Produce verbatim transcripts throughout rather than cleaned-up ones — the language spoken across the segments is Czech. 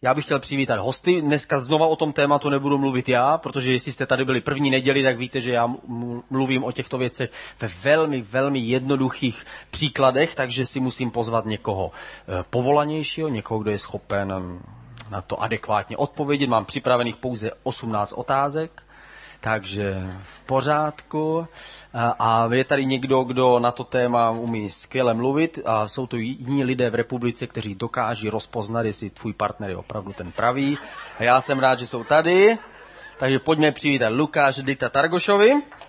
Já bych chtěl přivítat hosty. Dneska znova o tom tématu nebudu mluvit já, protože jestli jste tady byli první neděli, tak víte, že já mluvím o těchto věcech ve velmi, velmi jednoduchých příkladech, takže si musím pozvat někoho povolanějšího, někoho, kdo je schopen na to adekvátně odpovědět. Mám připravených pouze osmnáct otázek, takže v pořádku. A je tady někdo, kdo na to téma umí skvěle mluvit a jsou to jiní lidé v republice, kteří dokáží rozpoznat, jestli tvůj partner je opravdu ten pravý. A já jsem rád, že jsou tady. Takže pojďme přivítat Lukáše Dita Targošovi.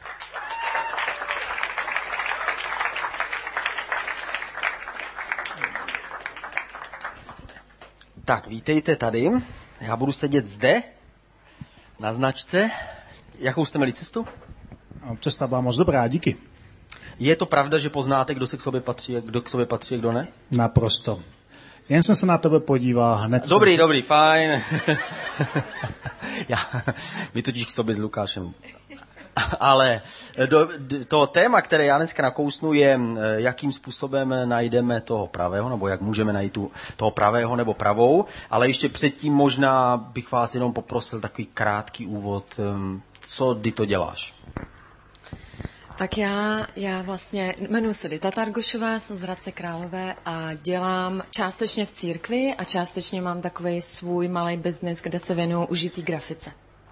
Tak, vítejte tady. Já budu sedět zde, na značce. Jakou jste měli cestu? Cesta byla moc dobrá, díky. Je to pravda, že poznáte, kdo se k sobě patří, kdo k sobě patří a kdo ne? Naprosto. Jen jsem se na tebe podíval hned. Dobrý, jsem... dobrý, fajn. Já, my totiž k sobě s Lukášem. Ale do, to téma, které já dneska nakousnu, je, jakým způsobem najdeme toho pravého, nebo jak můžeme najít tu, toho pravého nebo pravou. Ale ještě předtím možná bych vás jenom poprosil takový krátký úvod. Co ty to děláš? Tak já, já vlastně jmenuji se Dita Targošová, jsem z Hradce Králové a dělám částečně v církvi a částečně mám takový svůj malý biznis, kde se věnuju užitý grafice.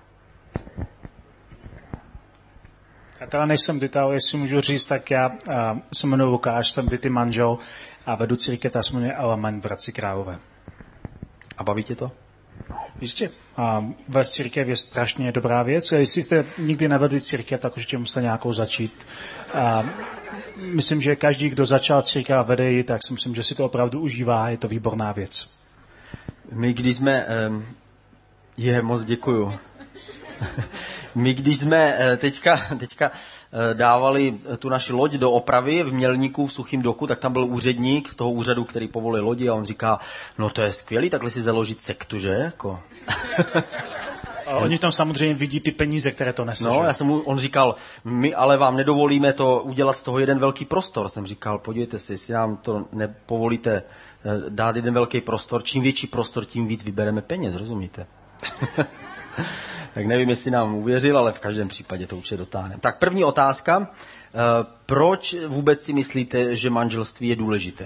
Já teda nejsem Dita, ale jestli můžu říct, tak já uh, se jmenuji Lukáš, jsem Dity manžel a vedu církev, ta se jmenuje Element v Hradci Králové. A baví tě to? Jistě. A vést církev je strašně dobrá věc. A jestli jste nikdy nevedli církev, tak určitě musíte nějakou začít. A myslím, že každý, kdo začal církev a vede ji, tak si myslím, že si to opravdu užívá. Je to výborná věc. My, když jsme... Um, je, moc děkuju. My, když jsme teďka, teďka dávali tu naši loď do opravy v Mělníku v Suchým Doku, tak tam byl úředník z toho úřadu, který povolil lodi a on říká, no to je skvělý, takhle si založit sektu, že? Jako. A oni tam samozřejmě vidí ty peníze, které to nesou. No, já jsem mu, on říkal, my ale vám nedovolíme to udělat z toho jeden velký prostor. Jsem říkal, podívejte si, jestli nám to nepovolíte dát jeden velký prostor, čím větší prostor, tím víc vybereme peněz, rozumíte? Tak nevím, jestli nám uvěřil, ale v každém případě to určitě dotáhneme. Tak první otázka. Proč vůbec si myslíte, že manželství je důležité?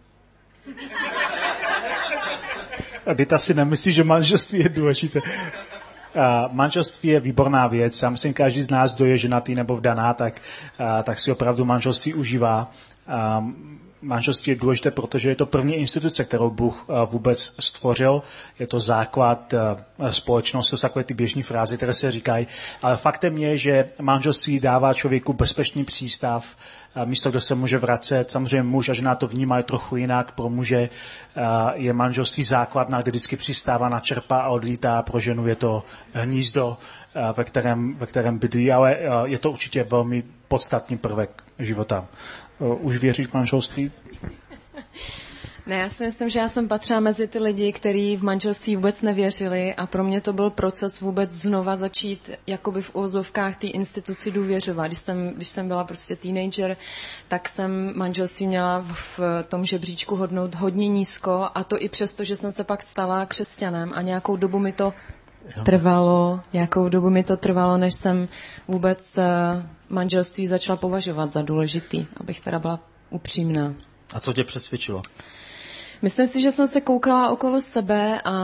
Dita si nemyslí, že manželství je důležité. Manželství je výborná věc. Já myslím, každý z nás, kdo je ženatý nebo vdaná, tak, tak si opravdu manželství užívá. Manželství je důležité, protože je to první instituce, kterou Bůh vůbec stvořil. Je to základ společnosti, to jsou takové ty běžné frázy, které se říkají. Ale faktem je, že manželství dává člověku bezpečný přístav, místo, kde se může vracet. Samozřejmě muž a žena to vnímají trochu jinak. Pro muže je manželství základna, kde vždycky přistává, načerpá a odlítá. Pro ženu je to hnízdo, ve kterém, ve kterém bydlí, ale je to určitě velmi podstatný prvek života. Už věříš v manželství? Ne, já si myslím, že já jsem patřila mezi ty lidi, kteří v manželství vůbec nevěřili a pro mě to byl proces vůbec znova začít jakoby v uvozovkách té instituci důvěřovat. Když jsem, když jsem byla prostě teenager, tak jsem manželství měla v tom žebříčku hodnout hodně nízko a to i přesto, že jsem se pak stala křesťanem a nějakou dobu mi to trvalo, nějakou dobu mi to trvalo, než jsem vůbec manželství začala považovat za důležitý, abych teda byla upřímná. A co tě přesvědčilo? Myslím si, že jsem se koukala okolo sebe a...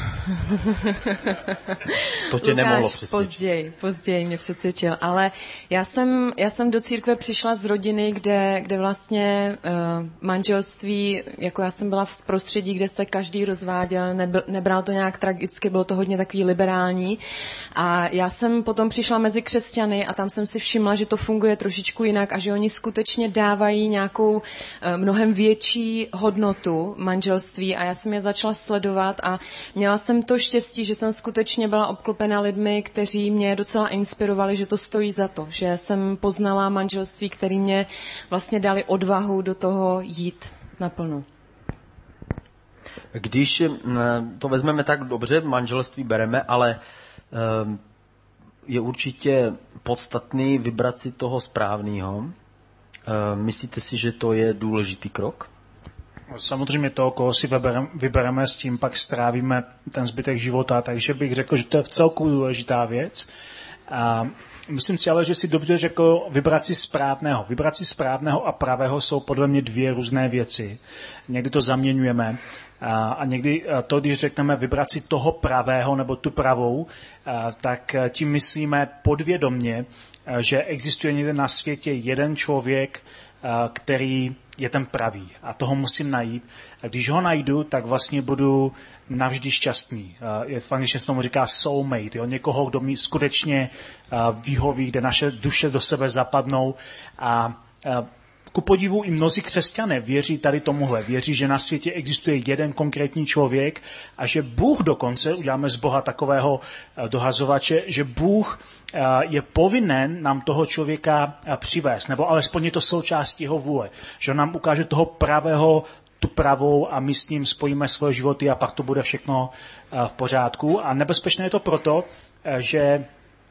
To tě Lukáš nemohlo přesvědčit. Později, později mě přesvědčil. Ale já jsem, já jsem do církve přišla z rodiny, kde, kde vlastně uh, manželství, jako já jsem byla v prostředí, kde se každý rozváděl, nebyl, nebral to nějak tragicky, bylo to hodně takový liberální. A já jsem potom přišla mezi křesťany a tam jsem si všimla, že to funguje trošičku jinak a že oni skutečně dávají nějakou uh, mnohem větší hodnotu manželství a já jsem je začala sledovat a měla jsem to štěstí, že jsem skutečně byla obklopena lidmi, kteří mě docela inspirovali, že to stojí za to, že jsem poznala manželství, který mě vlastně dali odvahu do toho jít naplno. Když to vezmeme tak dobře, manželství bereme, ale je určitě podstatný vybrat si toho správného. Myslíte si, že to je důležitý krok? Samozřejmě to, koho si vybereme, s tím pak strávíme ten zbytek života, takže bych řekl, že to je v celku důležitá věc. A myslím si ale, že si dobře řekl vybrat si správného. Vybrat si správného a pravého jsou podle mě dvě různé věci. Někdy to zaměňujeme a, a někdy to, když řekneme vybrat si toho pravého nebo tu pravou, a, tak tím myslíme podvědomně, že existuje někde na světě jeden člověk, a, který je ten pravý a toho musím najít. A když ho najdu, tak vlastně budu navždy šťastný. Je v angličtině se tomu říká soulmate, jo? Někoho, kdo mi skutečně vyhoví, kde naše duše do sebe zapadnou. A ku podivu i mnozí křesťané věří tady tomuhle. Věří, že na světě existuje jeden konkrétní člověk a že Bůh dokonce, uděláme z Boha takového dohazovače, že Bůh je povinen nám toho člověka přivést, nebo alespoň je to součástí jeho vůle. Že on nám ukáže toho pravého, tu pravou a my s ním spojíme svoje životy a pak to bude všechno v pořádku. A nebezpečné je to proto, že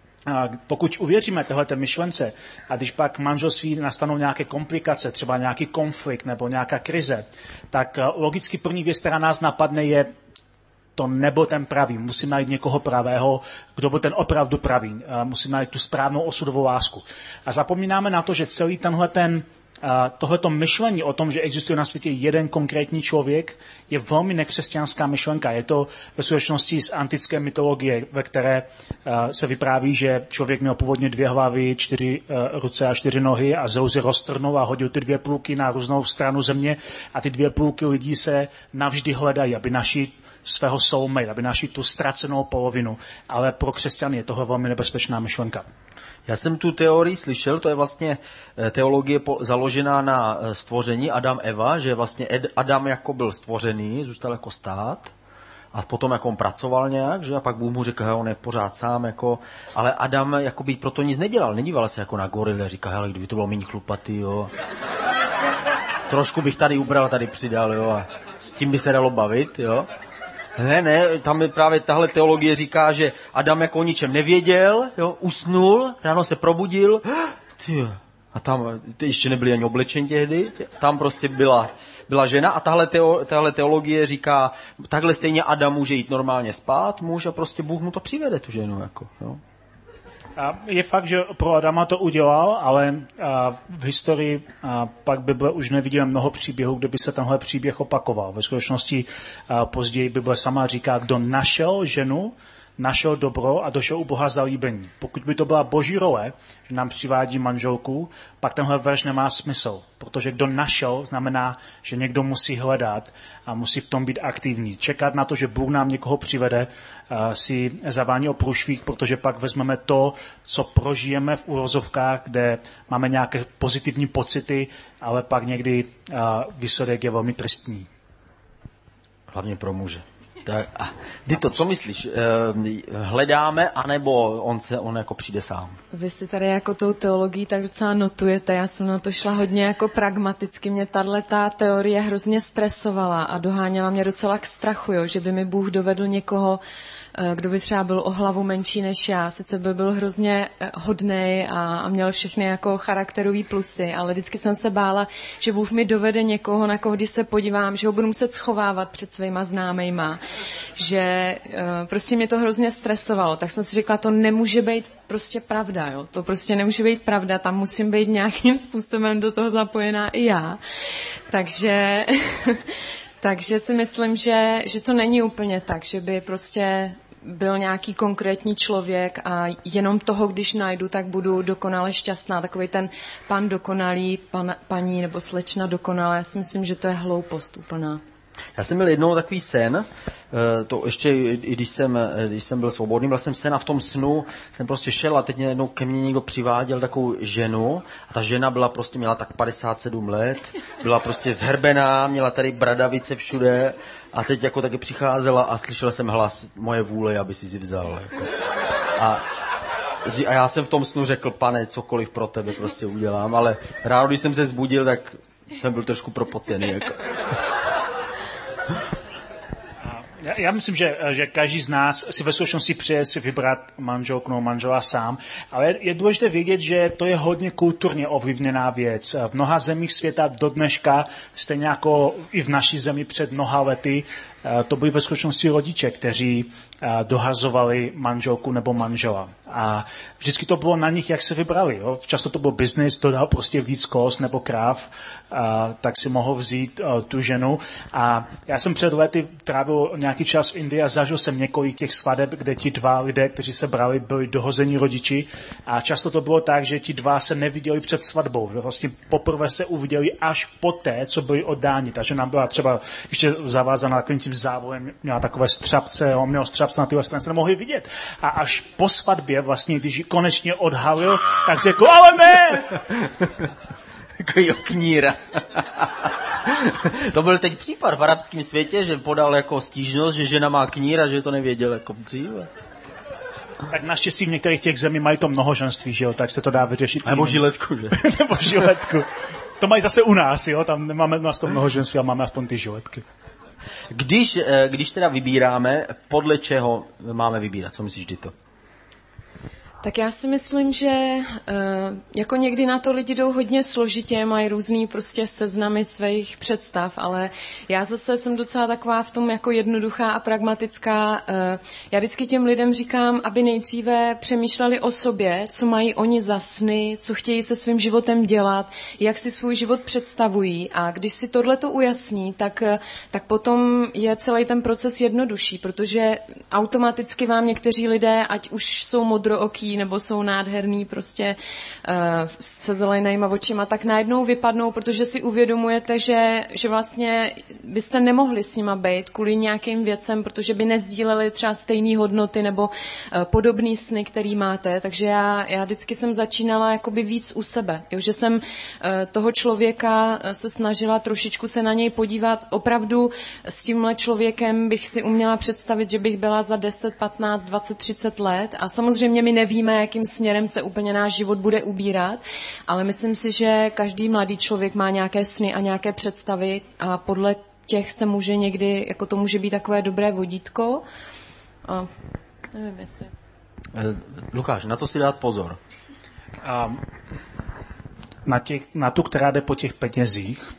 pokud uvěříme tohleté myšlence a když pak v manželství nastanou nějaké komplikace, třeba nějaký konflikt nebo nějaká krize, tak logicky první věc, která nás napadne, je to nebo ten pravý. Musíme najít někoho pravého, kdo byl ten opravdu pravý. Musíme najít tu správnou osudovou lásku. A zapomínáme na to, že celý tenhle ten tohleto myšlení o tom, že existuje na světě jeden konkrétní člověk, je velmi nekřesťanská myšlenka. Je to ve skutečnosti z antické mytologie, ve které se vypráví, že člověk měl původně dvě hlavy, čtyři ruce a čtyři nohy a Zeus je roztrhnul a hodil ty dvě půlky na různou stranu země a ty dvě půlky lidí se navždy hledají, aby naši svého soulmate, aby našli tu ztracenou polovinu. Ale pro křesťany je tohle velmi nebezpečná myšlenka. Já jsem tu teorii slyšel, to je vlastně teologie založená na stvoření Adam Eva, že vlastně Adam jako byl stvořený, zůstal jako stát a potom jako on pracoval nějak, že a pak Bůh mu řekl, že on je pořád sám, jako, ale Adam jako by proto nic nedělal, nedíval se jako na gorile, říká, hele, kdyby to bylo méně chlupatý, jo. Trošku bych tady ubral, tady přidal, jo, a s tím by se dalo bavit, jo. Ne, ne, tam je právě tahle teologie říká, že Adam jako o ničem nevěděl, jo, usnul, ráno se probudil, tyjo, a tam ty ještě nebyly ani oblečení tehdy, tam prostě byla, byla žena a tahle, teo, tahle teologie říká, takhle stejně Adam může jít normálně spát, muž a prostě Bůh mu to přivede, tu ženu, jako, jo. A je fakt, že pro Adama to udělal, ale v historii pak Bible už nevidíme mnoho příběhů, kde by se tenhle příběh opakoval. Ve skutečnosti později Bible sama říká, kdo našel ženu, našel dobro a došel u Boha zalíbení. Pokud by to byla boží role, že nám přivádí manželku, pak tenhle verš nemá smysl. Protože kdo našel, znamená, že někdo musí hledat a musí v tom být aktivní. Čekat na to, že Bůh nám někoho přivede, si zavání o průšvih, protože pak vezmeme to, co prožijeme v úvozovkách, kde máme nějaké pozitivní pocity, ale pak někdy výsledek je velmi tristní. Hlavně pro muže. Tak, a Dito, co myslíš? Hledáme, anebo on se on jako přijde sám? Vy si tady jako tou teologií tak docela notujete. Já jsem na to šla hodně jako pragmaticky. Mě tato teorie hrozně stresovala a doháněla mě docela k strachu, jo, že by mi Bůh dovedl někoho, kdo by třeba byl o hlavu menší než já. Sice by byl hrozně hodnej a, a měl všechny jako charakterový plusy, ale vždycky jsem se bála, že Bůh mi dovede někoho, na koho když se podívám, že ho budu muset schovávat před svýma známejma. Že uh, prostě mě to hrozně stresovalo. Tak jsem si řekla, to nemůže být prostě pravda. Jo? To prostě nemůže být pravda. Tam musím být nějakým způsobem do toho zapojená i já. Takže... Takže si myslím, že, že to není úplně tak, že by prostě byl nějaký konkrétní člověk a jenom toho, když najdu, tak budu dokonale šťastná. Takový ten pan dokonalý, pan, paní nebo slečna dokonalá. Já si myslím, že to je hloupost úplná. Já jsem měl jednou takový sen, to ještě, i když jsem, když jsem byl svobodný, byl jsem sen a v tom snu jsem prostě šel a teď jednou ke mně někdo přiváděl takovou ženu a ta žena byla prostě, měla tak padesát sedm let, byla prostě zhrbená, měla tady bradavice všude a teď jako taky přicházela a slyšel jsem hlas, moje vůle, aby si si vzal. Jako. A A já jsem v tom snu řekl, pane, cokoliv pro tebe prostě udělám, ale ráno, když jsem se zbudil, tak jsem byl trošku propocený. Jako. Já, já myslím, že, že každý z nás si ve skutečnosti přeje si vybrat manželku nebo manžela sám, ale je důležité vědět, že to je hodně kulturně ovlivněná věc. V mnoha zemích světa do dneška, stejně jako i v naší zemi před mnoha lety, to byli ve skutečnosti rodiče, kteří dohazovali manželku nebo manžela. A vždycky to bylo na nich, jak se vybrali. Jo? Často to byl biznis, to dal prostě víc koz nebo kráv, a, tak si mohl vzít a, tu ženu. A já jsem před lety trávil nějaký čas v Indii a zažil jsem několik těch svadeb, kde ti dva lidé, kteří se brali, byli dohození rodiči. A často to bylo tak, že ti dva se neviděli před svatbou. Že vlastně poprvé se uviděli až poté, co byli oddáni. Ta žena byla třeba ještě zavázaná takovým tím závojem, měla takové střapce, on měl střapce na tyhle strany, se nemohli vidět. A až po svatbě, vlastně, když ji konečně odhalil, tak řekl, ale ne! Takový okníra. To byl teď případ v arabském světě, že podal jako stížnost, že žena má kníra, že to nevěděl jako dříve. Tak naštěstí v některých těch zemí mají to mnohoženství, že jo, tak se to dá vyřešit. Nebo žiletku, že? Nebo žiletku. To mají zase u nás, jo, tam nemáme nás to mnohoženství, ale máme aspoň ty žiletky. Když, když teda vybíráme, podle čeho máme vybírat? Co myslíš, Dito? Tak já si myslím, že jako někdy na to lidi jdou hodně složitě, mají různý prostě seznamy svých představ, ale já zase jsem docela taková v tom jako jednoduchá a pragmatická. Já vždycky těm lidem říkám, aby nejdříve přemýšleli o sobě, co mají oni za sny, co chtějí se svým životem dělat, jak si svůj život představují, a když si tohleto ujasní, tak, tak potom je celý ten proces jednodušší, protože automaticky vám někteří lidé, ať už jsou modrooký, nebo jsou nádherný prostě uh, se zelenýma očima, tak najednou vypadnou, protože si uvědomujete, že, že vlastně byste nemohli s nima být kvůli nějakým věcem, protože by nezdíleli třeba stejné hodnoty nebo uh, podobný sny, který máte. Takže já, já vždycky jsem začínala jakoby víc u sebe. Jo? Že jsem uh, toho člověka se snažila trošičku se na něj podívat. Opravdu s tímhle člověkem bych si uměla představit, že bych byla za deset, patnáct, dvacet, třicet let, a samozřejmě my nevíme, jakým směrem se úplně náš život bude ubírat, ale myslím si, že každý mladý člověk má nějaké sny a nějaké představy a podle těch se může někdy, jako to může být takové dobré vodítko. A nevím, jestli... Lukáš, na co si dát pozor? Um, na, těch, na tu, která jde po těch penězích.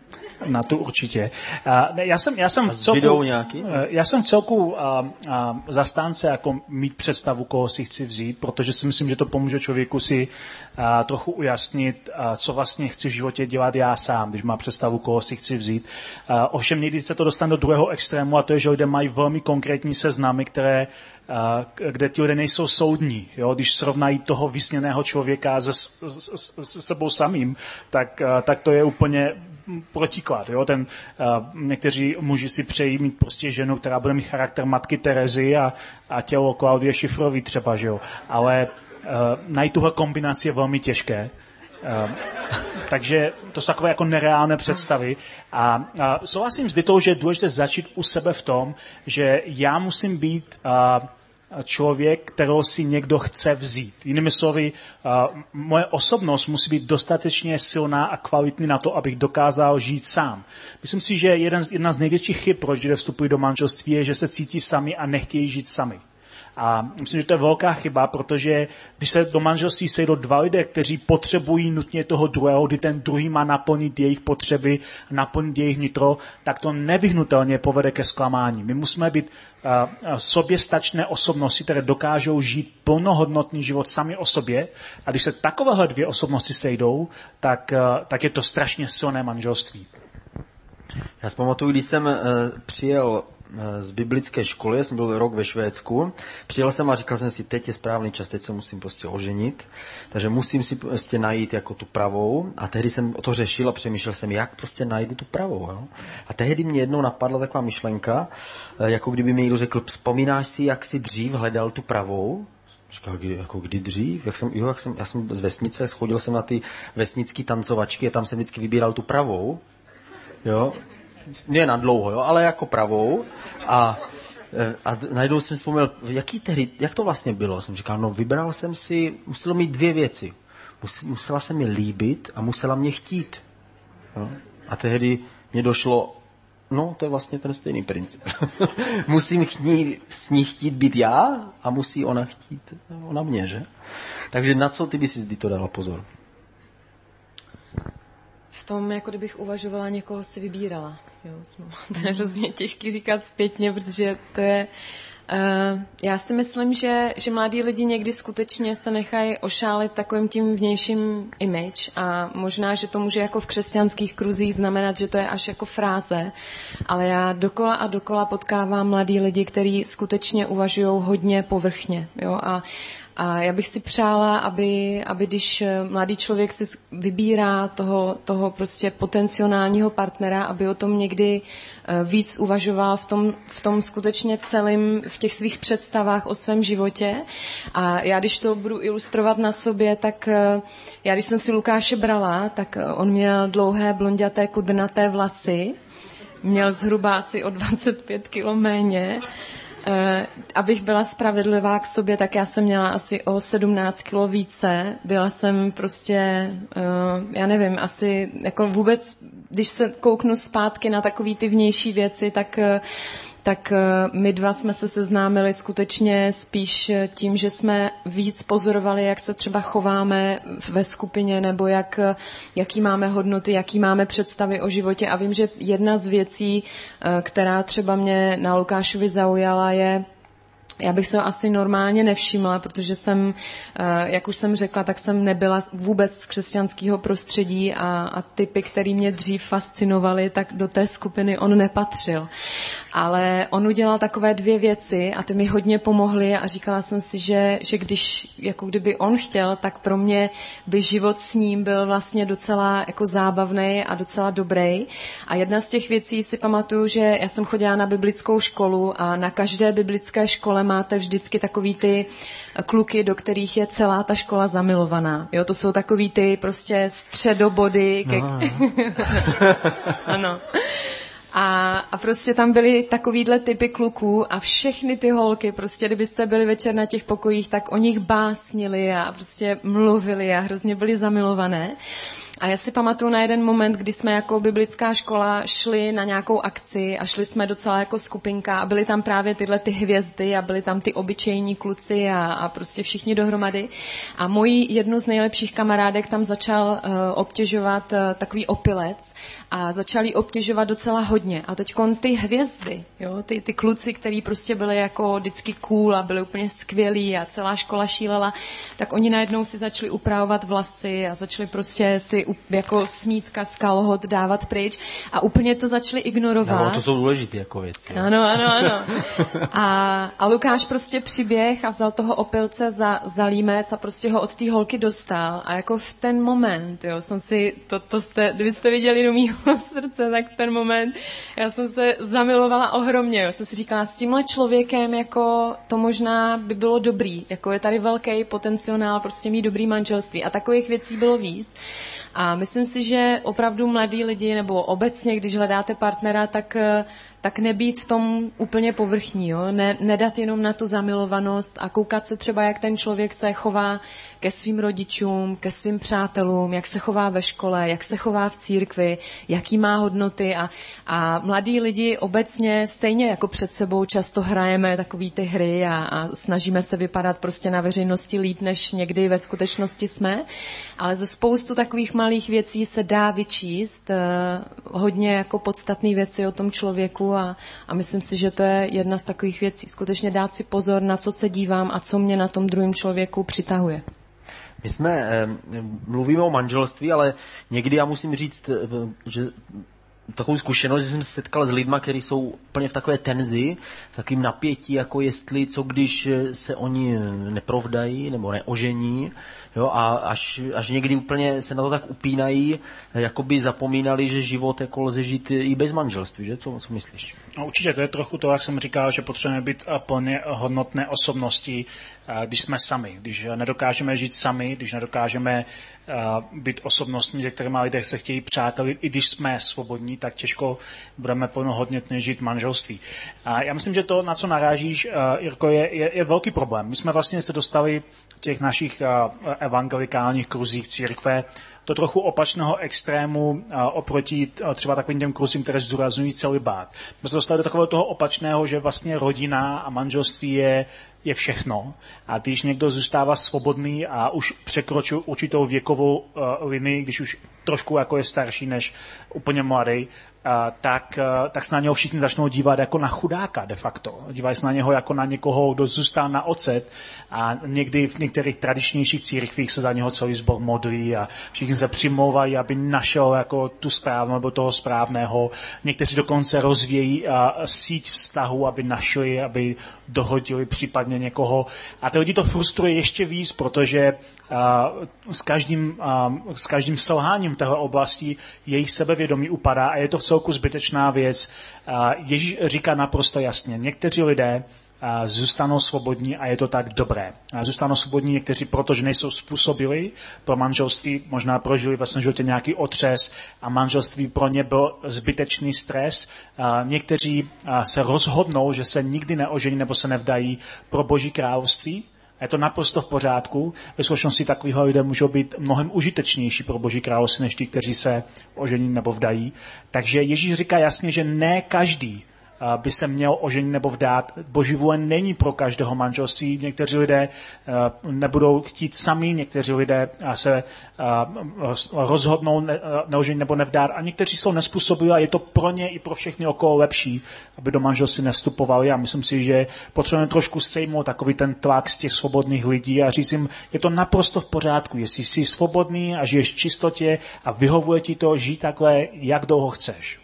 Na tu určitě. Uh, já jsem, já jsem v celku, nějaký? Uh, já jsem v celku uh, uh, zastánce jako mít představu, koho si chci vzít, protože si myslím, že to pomůže člověku si uh, trochu ujasnit, uh, co vlastně chci v životě dělat já sám, když má představu, koho si chci vzít. Uh, ovšem někdy se to dostane do druhého extrému, a to je, že lidé mají velmi konkrétní seznamy, které Uh, kde ti lidé nejsou soudní. Jo? Když srovnají toho vysněného člověka se, s, s, s sebou samým, tak, uh, tak to je úplně protiklad. Jo? Ten, uh, někteří muži si přejí mít prostě ženu, která bude mít charakter matky Terezy a, a tělo Klaudie Šifrový třeba. Že jo? Ale uh, najít tuhle kombinaci je velmi těžké. Uh, takže to jsou takové jako nereálné představy. A, a souhlasím s Ditou, že je důležité začít u sebe v tom, že já musím být uh, člověk, kterého si někdo chce vzít. Jinými slovy, uh, moje osobnost musí být dostatečně silná a kvalitní na to, abych dokázal žít sám. Myslím si, že jeden, jedna z největších chyb, proč lidé vstupují do manželství, je, že se cítí sami a nechtějí žít sami. A myslím, že to je velká chyba, protože když se do manželství sejdou dva lidé, kteří potřebují nutně toho druhého, kdy ten druhý má naplnit jejich potřeby, naplnit jejich nitro, tak to nevyhnutelně povede ke zklamání. My musíme být uh, soběstačné osobnosti, které dokážou žít plnohodnotný život sami o sobě. A když se takovéhle dvě osobnosti sejdou, tak, uh, tak je to strašně silné manželství. Já si pamatuju, když jsem uh, přijel z biblické školy, já jsem byl rok ve Švédsku, přijel jsem a říkal jsem si, teď je správný čas, teď se musím prostě oženit, takže musím si prostě najít jako tu pravou, a tehdy jsem to řešil a přemýšlel jsem, jak prostě najdu tu pravou. Jo? A tehdy mě jednou napadla taková myšlenka, jako kdyby mi někdo řekl, vzpomínáš si, jak jsi dřív hledal tu pravou? Říkal, kdy, jako kdy dřív? Jak jsem, jo, jak jsem, já jsem z vesnice, schodil jsem na ty vesnické tancovačky a tam jsem vždycky vybíral tu pravou. Jo? Ne na dlouho, jo, ale jako pravou. A, a najednou jsem vzpomněl, jaký tehdy, jak to vlastně bylo. Jsem říkal, no vybral jsem si, muselo mít dvě věci. Musela se mi líbit a musela mě chtít. Jo? A tehdy mě došlo, No, to je vlastně ten stejný princip. Musím chtít, s ní chtít být já a musí ona chtít ona mě, že? Takže na co ty by si zdy to dala pozor? V tom, jako kdybych uvažovala, někoho si vybírala. Jo, to je hrozně těžký říkat zpětně, protože to je... Uh, já si myslím, že, že mladí lidi někdy skutečně se nechají ošálit takovým tím vnějším image a možná, že to může jako v křesťanských kruzích znamenat, že to je až jako fráze, ale já dokola a dokola potkávám mladí lidi, kteří skutečně uvažují hodně povrchně. Jo? A, a já bych si přála, aby, aby když mladý člověk si vybírá toho, toho prostě potenciálního partnera, aby o tom někdy víc uvažoval v tom, v tom skutečně celém, v těch svých představách o svém životě. A já, když to budu ilustrovat na sobě, tak já, když jsem si Lukáše brala, tak on měl dlouhé blonďaté kudrnaté vlasy, měl zhruba asi o dvacet pět kilo méně. Abych byla spravedlivá k sobě, tak já jsem měla asi o sedmnáct kilo více. Byla jsem prostě, já nevím, asi jako vůbec, když se kouknu zpátky na takový ty vnější věci, tak, tak my dva jsme se seznámili skutečně spíš tím, že jsme víc pozorovali, jak se třeba chováme ve skupině, nebo jak, jaký máme hodnoty, jaký máme představy o životě. A vím, že jedna z věcí, která třeba mě na Lukášovi zaujala, je, já bych se ho asi normálně nevšimla, protože jsem, jak už jsem řekla, tak jsem nebyla vůbec z křesťanského prostředí a, a typy, který mě dřív fascinovaly, tak do té skupiny on nepatřil. Ale on udělal takové dvě věci a ty mi hodně pomohly a říkala jsem si, že, že když, jako kdyby on chtěl, tak pro mě by život s ním byl vlastně docela jako zábavný a docela dobrý. A jedna z těch věcí si pamatuju, že já jsem chodila na biblickou školu a na každé biblické škole máte vždycky takový ty kluky, do kterých je celá ta škola zamilovaná. Jo, to jsou takový ty prostě středobody. Ke... No, no. Ano. A, a prostě tam byly takovýhle typy kluků a všechny ty holky, prostě kdybyste byli večer na těch pokojích, tak o nich básnili a prostě mluvili a hrozně byli zamilované. A já si pamatuju na jeden moment, kdy jsme jako biblická škola šli na nějakou akci a šli jsme docela jako skupinka a byly tam právě tyhle ty hvězdy a byly tam ty obyčejní kluci a, a prostě všichni dohromady. A mojí jednu z nejlepších kamarádek tam začal uh, obtěžovat uh, takový opilec a začal jí obtěžovat docela hodně. A teďkon ty hvězdy, jo, ty, ty kluci, který prostě byli jako vždycky cool a byli úplně skvělí a celá škola šílela, tak oni najednou si začali upravovat vlasy a začali prostě si jako smítka z kalhot dávat pryč a úplně to začali ignorovat. No, to jsou důležité jako věci. Jo. Ano, ano, ano. A, a Lukáš prostě přiběh a vzal toho opilce za, za límec a prostě ho od té holky dostal. A jako v ten moment, jo, jsem si, to, to jste, kdybyste viděli do mýho srdce, tak v ten moment, já jsem se zamilovala ohromně, jo. Jsem si říkala, s tímhle člověkem jako to možná by bylo dobrý, jako je tady velký potenciál prostě mít dobrý manželství. A takových věcí bylo víc. A myslím si, že opravdu mladí lidi, nebo obecně, když hledáte partnera, tak, tak nebýt v tom úplně povrchní, jo? Ne, nedat jenom na tu zamilovanost a koukat se třeba, jak ten člověk se chová ke svým rodičům, ke svým přátelům, jak se chová ve škole, jak se chová v církvi, jaký má hodnoty a, a mladí lidi obecně stejně jako před sebou často hrajeme takový ty hry a, a snažíme se vypadat prostě na veřejnosti líp, než někdy ve skutečnosti jsme, ale ze spoustu takových malých věcí se dá vyčíst uh, hodně jako podstatné věci o tom člověku a, a myslím si, že to je jedna z takových věcí. Skutečně dát si pozor, na co se dívám a co mě na tom druhém člověku přitahuje. My jsme, eh, mluvíme o manželství, ale někdy já musím říct, eh, že takovou zkušenost, že jsem se setkal s lidma, kteří jsou úplně v takové tenzi, v takovým napětí, jako jestli, co když se oni neprovdají nebo neožení, jo, a až, až někdy úplně se na to tak upínají, jako by zapomínali, že život jako lze žít i bez manželství, že? Co, co myslíš? No, určitě, to je trochu to, jak jsem říkal, že potřebujeme být plně hodnotné osobnosti, když jsme sami, když nedokážeme žít sami, když nedokážeme být osobnostmi, se kterými lidé se chtějí přátelit, i když jsme svobodní, tak těžko budeme plnohodnotně žít manželství. A já myslím, že to, na co narážíš, Jirko, je, je, je velký problém. My jsme vlastně se dostali v těch našich evangelikálních kruzích církve do trochu opačného extrému oproti třeba takovým těm kruzím, které zdůrazňují celibát. My jsme dostali do takového toho opačného, že vlastně rodina a manželství je, je všechno. A když někdo zůstává svobodný a už překročil určitou věkovou uh, linii, když už trošku jako je starší než úplně mladý, Uh, tak, uh, tak se na něho všichni začnou dívat jako na chudáka de facto. Dívají se na něho jako na někoho, kdo zůstal na ocet a někdy v některých tradičnějších církvích se za něho celý sbor modlí a všichni se přimlouvají, aby našel jako tu správnou nebo toho správného. Někteří dokonce rozvíjejí uh, síť vztahu, aby našli, aby dohodili případně někoho. A ty lidi to frustruje ještě víc, protože uh, s, každým, uh, s každým selháním téhle oblasti jejich sebevědomí upadá a je to v celku zbytečná věc. Ježíš říká naprosto jasně, někteří lidé zůstanou svobodní a je to tak dobré. Zůstanou svobodní někteří, protože nejsou způsobili pro manželství, možná prožili ve svém životě nějaký otřes a manželství pro ně byl zbytečný stres. Někteří se rozhodnou, že se nikdy neožení nebo se nevdají pro Boží království. A je to naprosto v pořádku. Ve skutečnosti takovýhle lidé můžou být mnohem užitečnější pro Boží království, než ti, kteří se ožení nebo vdají. Takže Ježíš říká jasně, že ne každý by se měl oženit nebo vdát. Boží vůle není pro každého manželství. Někteří lidé nebudou chtít sami, někteří lidé se rozhodnou neoženit nebo nevdát a někteří jsou nezpůsobili a je to pro ně i pro všechny okolo lepší, aby do manželství nestupovali. A myslím si, že potřebujeme trošku sejmout takový ten tlak z těch svobodných lidí a říct jim, je to naprosto v pořádku. Jestli jsi svobodný a žiješ v čistotě a vyhovuje ti to, žij takhle, jak dlouho chceš.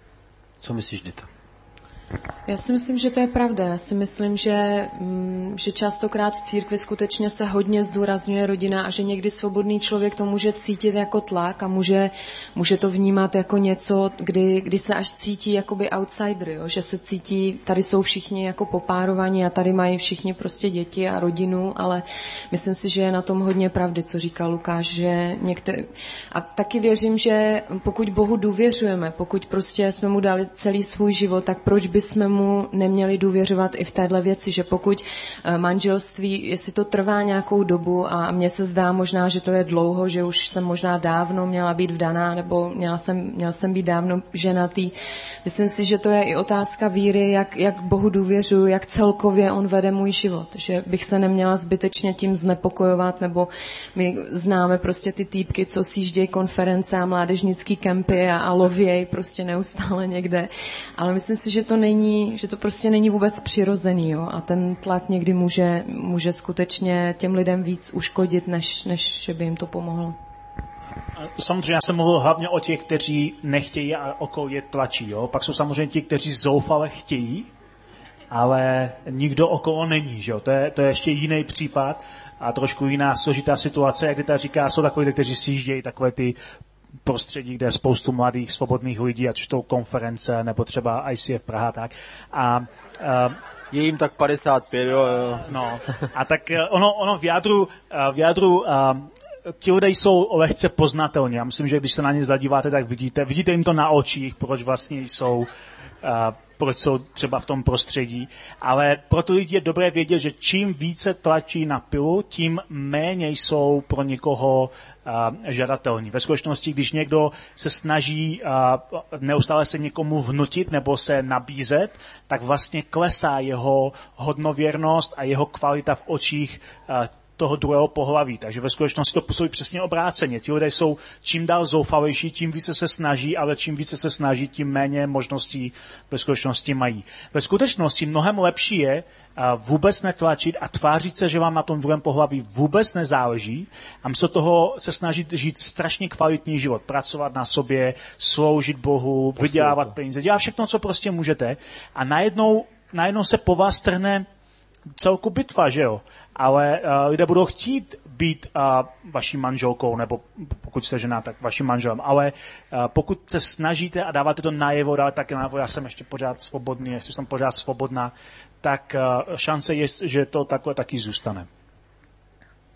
Co myslíš, Dita? Já si myslím, že to je pravda. Já si myslím, že, že častokrát v církvi skutečně se hodně zdůrazňuje rodina a že někdy svobodný člověk to může cítit jako tlak a může, může to vnímat jako něco, kdy, kdy se až cítí jakoby outsider, jo? Že se cítí, tady jsou všichni jako popárovaní a tady mají všichni prostě děti a rodinu, ale myslím si, že je na tom hodně pravdy, co říká Lukáš, že některé... A taky věřím, že pokud Bohu důvěřujeme, pokud prostě jsme mu dali celý svůj život, tak proč bychom mu neměli důvěřovat i v téhle věci, že pokud manželství, jestli to trvá nějakou dobu a mně se zdá možná, že to je dlouho, že už jsem možná dávno měla být vdaná nebo měla jsem, měl jsem být dávno ženatý. Myslím si, že to je i otázka víry, jak, jak Bohu důvěřuji, jak celkově on vede můj život, že bych se neměla zbytečně tím znepokojovat, nebo my známe prostě ty týpky, co sjíždějí konference a mládežnický kempy a, a lověj prostě neustále někde, ale myslím si, že to není, že to prostě není vůbec přirozený, jo? A ten tlak někdy může, může skutečně těm lidem víc uškodit, než, než že by jim to pomohlo. Samozřejmě já jsem mluvil hlavně o těch, kteří nechtějí a okolo je tlačí. Jo? Pak jsou samozřejmě ti, kteří zoufale chtějí, ale nikdo okolo není. Že jo? To, je, to je ještě jiný případ a trošku jiná složitá situace, jak Dita říká, jsou takový, kteří sjíždějí takové ty prostředí, kde je spoustu mladých, svobodných lidí, ať to konference, nebo třeba I C F Praha, tak. A, a je jim tak padesát pět, jo, jo. No, a tak ono, ono v jádru, v jádru a, ti lidé jsou lehce poznatelní. Já myslím, že když se na ně zadíváte, tak vidíte, vidíte jim to na očích, proč vlastně jsou, a, proč jsou třeba v tom prostředí. Ale proto lidi je dobré vědět, že čím více tlačí na pilu, tím méně jsou pro někoho a, žadatelní. Ve skutečnosti, když někdo se snaží a, neustále se někomu vnutit nebo se nabízet, tak vlastně klesá jeho hodnověrnost a jeho kvalita v očích a, toho druhého pohlaví. Takže ve skutečnosti to působí přesně obráceně. Ti lidé jsou čím dál zoufalejší, tím více se snaží, ale čím více se snaží, tím méně možností ve skutečnosti mají. Ve skutečnosti mnohem lepší je vůbec netlačit a tvářit se, že vám na tom druhém pohlaví vůbec nezáleží a místo toho se snažit žít strašně kvalitní život, pracovat na sobě, sloužit Bohu, vydělávat peníze, dělat všechno, co prostě můžete a najednou, najednou se po vás trhne celku bitva, že jo? Ale uh, lidé budou chtít být uh, vaší manželkou, nebo pokud jste žena, tak vaším manželem. Ale uh, pokud se snažíte a dáváte to najevo, dáte také najevo, já jsem ještě pořád svobodný, jestli jsem pořád svobodná, tak uh, šance je, že to takhle taky zůstane.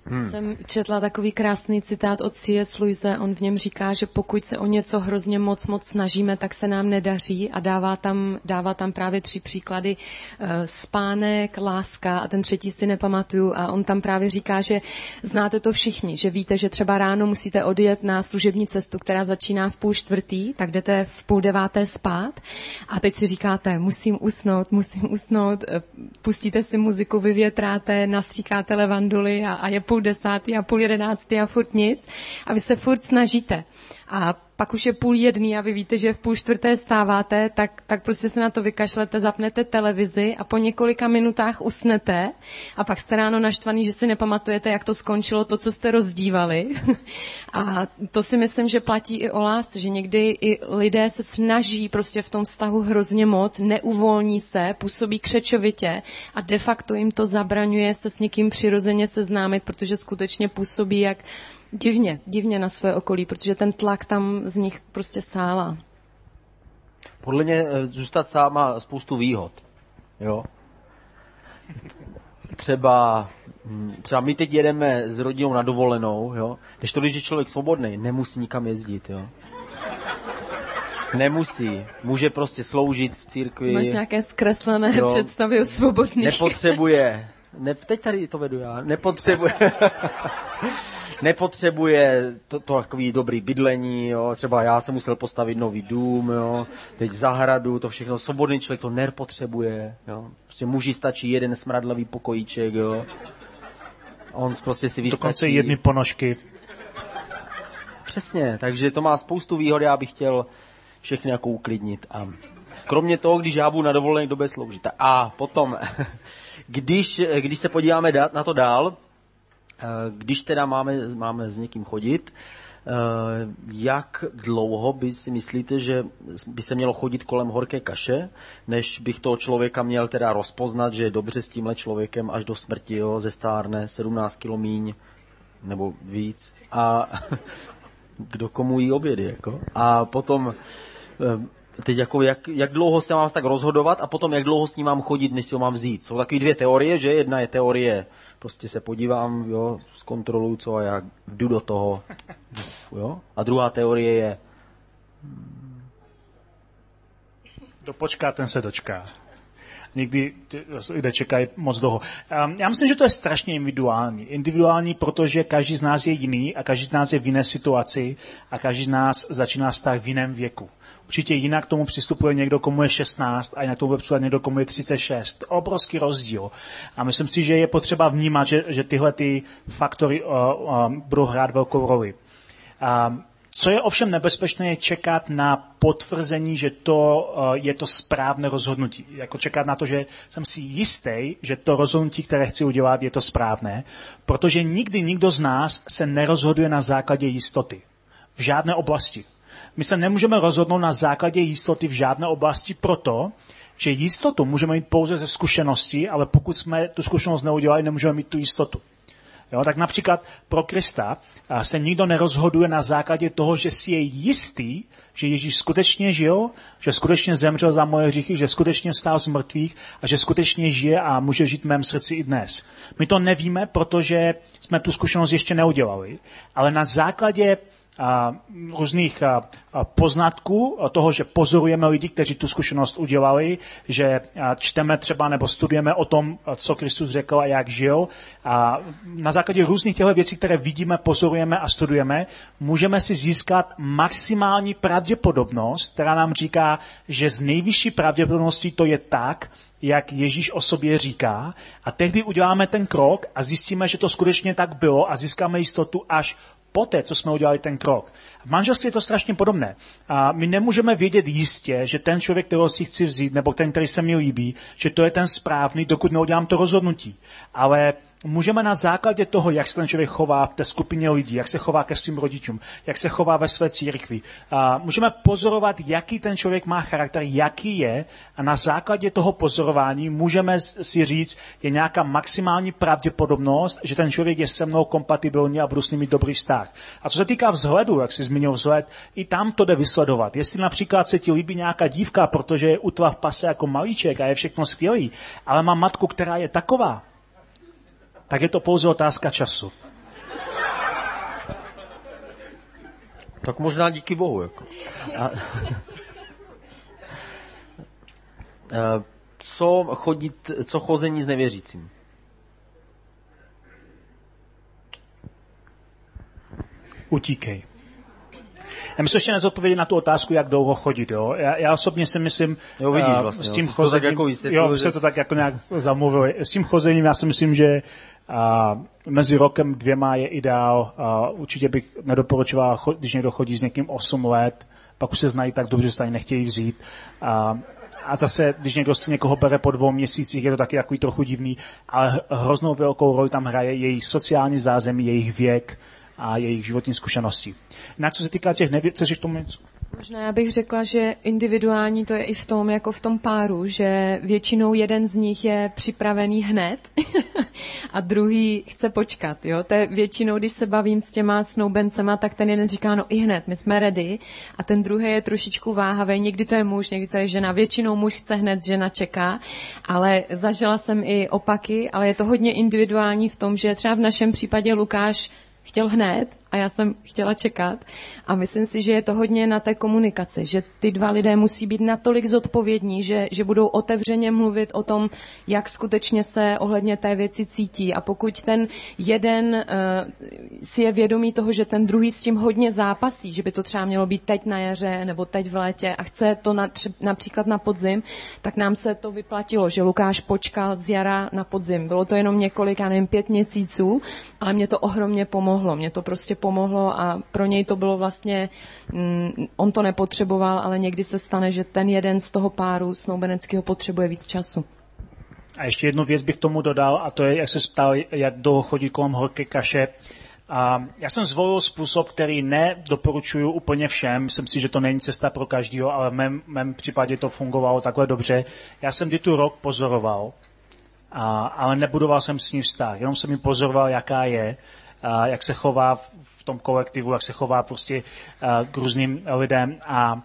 Hmm. Jsem četla takový krásný citát od C S. Lewise, on v něm říká, že pokud se o něco hrozně moc moc snažíme, tak se nám nedaří a dává tam, dává tam právě tři příklady, spánek, láska a ten třetí si nepamatuju a on tam právě říká, že znáte to všichni, že víte, že třeba ráno musíte odjet na služební cestu, která začíná v půl čtvrtý, tak jdete v půl deváté spát a teď si říkáte, musím usnout, musím usnout, pustíte si muziku, vyvětráte, nastříkáte levanduly a, a je půl desátý a půl jedenáctý a furt nic a vy se furt snažíte. A pak už je půl jedný a vy víte, že v půl čtvrté stáváte, tak, tak prostě se na to vykašlete, zapnete televizi a po několika minutách usnete a pak jste ráno naštvaný, že si nepamatujete, jak to skončilo, to, co jste rozdívali. A to si myslím, že platí i o lásce, že někdy i lidé se snaží prostě v tom vztahu hrozně moc, neuvolní se, působí křečovitě a de facto jim to zabraňuje se s někým přirozeně seznámit, protože skutečně působí jak divně, divně na své okolí, protože ten tlak tam z nich prostě sálá. Podle mě zůstat sám má spoustu výhod. Jo? Třeba, třeba my teď jedeme s rodinou na dovolenou, jo? Když to, když je člověk svobodný, nemusí nikam jezdit. Jo? Nemusí. Může prostě sloužit v církvi. Máš nějaké zkreslené jo? představy o svobodných. Nepotřebuje. Ne, teď tady to vedu já. Nepotřebuje. Nepotřebuje to, to takový dobrý bydlení, jo. Třeba já jsem musel postavit nový dům, jo. Teď zahradu, to všechno. Svobodný člověk to nepotřebuje, jo. Prostě muži stačí jeden smradlavý pokojíček, jo. On prostě si vystačí. Dokonce jedny ponožky. Přesně, takže to má spoustu výhod, já bych chtěl všechny jako uklidnit. A kromě toho, když já budu na dovolené, kdo bude sloužit. A potom, když, když se podíváme na to dál, když teda máme, máme s někým chodit, jak dlouho by si myslíte, že by se mělo chodit kolem horké kaše, než bych toho člověka měl teda rozpoznat, že je dobře s tímhle člověkem až do smrti, jo, zestárne sedmnáct kilo míň nebo víc a kdo komu jí obědy, jako. A potom teď jako jak, jak dlouho se mám tak rozhodovat a potom jak dlouho s ním mám chodit, než si ho mám vzít. Jsou takové dvě teorie, že jedna je teorie, prostě se podívám, jo, zkontroluju co a já jdu do toho, jo. A druhá teorie je... Kdo počká, ten se dočká. Někdy lidé čekají moc dlouho. Já myslím, že to je strašně individuální. Individuální, protože každý z nás je jiný a každý z nás je v jiné situaci a každý z nás začíná vztah v jiném věku. Určitě jinak k tomu přistupuje někdo, komu je šestnáct a jinak tomu bude přistupovat někdo, komu je třicet šest. Obrovský rozdíl. A myslím si, že je potřeba vnímat, že, že tyhle ty faktory uh, uh, budou hrát velkou roli. Uh, Co je ovšem nebezpečné, je čekat na potvrzení, že to uh, je to správné rozhodnutí. Jako čekat na to, že jsem si jistý, že to rozhodnutí, které chci udělat, je to správné, protože nikdy nikdo z nás se nerozhoduje na základě jistoty. V žádné oblasti. My se nemůžeme rozhodnout na základě jistoty v žádné oblasti proto, že jistotu můžeme mít pouze ze zkušenosti, ale pokud jsme tu zkušenost neudělali, nemůžeme mít tu jistotu. Jo, tak například pro Krista se nikdo nerozhoduje na základě toho, že si je jistý, že Ježíš skutečně žil, že skutečně zemřel za moje hříchy, že skutečně stál z mrtvých a že skutečně žije a může žít v mém srdci i dnes. My to nevíme, protože jsme tu zkušenost ještě neudělali, ale na základě a, různých a, a poznatků toho, že pozorujeme lidi, kteří tu zkušenost udělali, že a, čteme třeba nebo studujeme o tom, co Kristus řekl a jak žil. A na základě různých těchto věcí, které vidíme, pozorujeme a studujeme, můžeme si získat maximální pravděpodobnost, která nám říká, že z nejvyšší pravděpodobností to je tak, jak Ježíš o sobě říká. A tehdy uděláme ten krok a zjistíme, že to skutečně tak bylo a získáme jistotu až poté, co jsme udělali ten krok. V manželství je to strašně podobné. A my nemůžeme vědět jistě, že ten člověk, kterého si chci vzít, nebo ten, který se mi líbí, že to je ten správný, dokud neudělám to rozhodnutí. Ale můžeme na základě toho, jak se ten člověk chová v té skupině lidí, jak se chová ke svým rodičům, jak se chová ve své církvi, a můžeme pozorovat, jaký ten člověk má charakter, jaký je, a na základě toho pozorování můžeme si říct, je nějaká maximální pravděpodobnost, že ten člověk je se mnou kompatibilní a budu s ním mít dobrý vztah. A co se týká vzhledu, jak jsi zmínil vzhled, i tam to jde vysledovat. Jestli například se ti líbí nějaká dívka, protože je utva v pase jako malíček a je všechno skvělý, ale má matku, která je taková, tak je to pouze otázka času. Tak možná díky Bohu. Jako. A, co, chodit, co chození s nevěřícím? Utíkej. Já myslím, ještě nezodpovědět na tu otázku, jak dlouho chodit. Jo? Já, já osobně si myslím, jo, vidíš vlastně, s tím jo, chozením, to tak jako vysvětlil, jo, že... se to tak jako nějak zamluvil. S tím chozením já si myslím, že a, mezi rokem dvěma je ideál. A, určitě bych nedoporučoval, když někdo chodí s někým osm let, pak už se znají tak dobře, že se ani nechtějí vzít. A, a zase, když někdo si někoho bere po dvou měsících, je to taky takový trochu divný, ale hroznou velkou roli tam hraje jejich sociální zázemí, jejich věk a jejich životní zkušenosti. Jinak co se týká těch nevěřících, chceš tomu něco? Možná já bych řekla, že individuální to je i v tom, jako v tom páru, že většinou jeden z nich je připravený hned a druhý chce počkat. Jo? To je většinou, když se bavím s těma snoubencema, tak ten jeden říká, no i hned, my jsme ready, a ten druhý je trošičku váhavý. Někdy to je muž, někdy to je žena. Většinou muž chce hned, žena čeká, ale zažila jsem i opaky, ale je to hodně individuální v tom, že třeba v našem případě Lukáš chtěl hned a já jsem chtěla čekat. A myslím si, že je to hodně na té komunikaci, že ty dva lidé musí být natolik zodpovědní, že, že budou otevřeně mluvit o tom, jak skutečně se ohledně té věci cítí. A pokud ten jeden uh, si je vědomý toho, že ten druhý s tím hodně zápasí, že by to třeba mělo být teď na jaře nebo teď v létě a chce to na, tři, například na podzim, tak nám se to vyplatilo, že Lukáš počkal z jara na podzim. Bylo to jenom několik, já nevím, pět měsíců, ale mě to ohromně pomohlo. Mě to prostě pomohlo a pro něj to bylo vlastně, mm, on to nepotřeboval, ale někdy se stane, že ten jeden z toho páru snoubeneckého potřebuje víc času. A ještě jednu věc bych tomu dodal, a to je, jak se ptal, jak dlouho chodí kolem horké kaše. A já jsem zvolil způsob, který nedoporučuju úplně všem. Myslím si, že to není cesta pro každého, ale v mém, mém případě to fungovalo takhle dobře. Já jsem tu rok pozoroval, a, ale nebudoval jsem s ní vztah. Jenom jsem ji pozoroval, jaká je, a jak se chová v tom kolektivu, jak se chová prostě k různým lidem. A,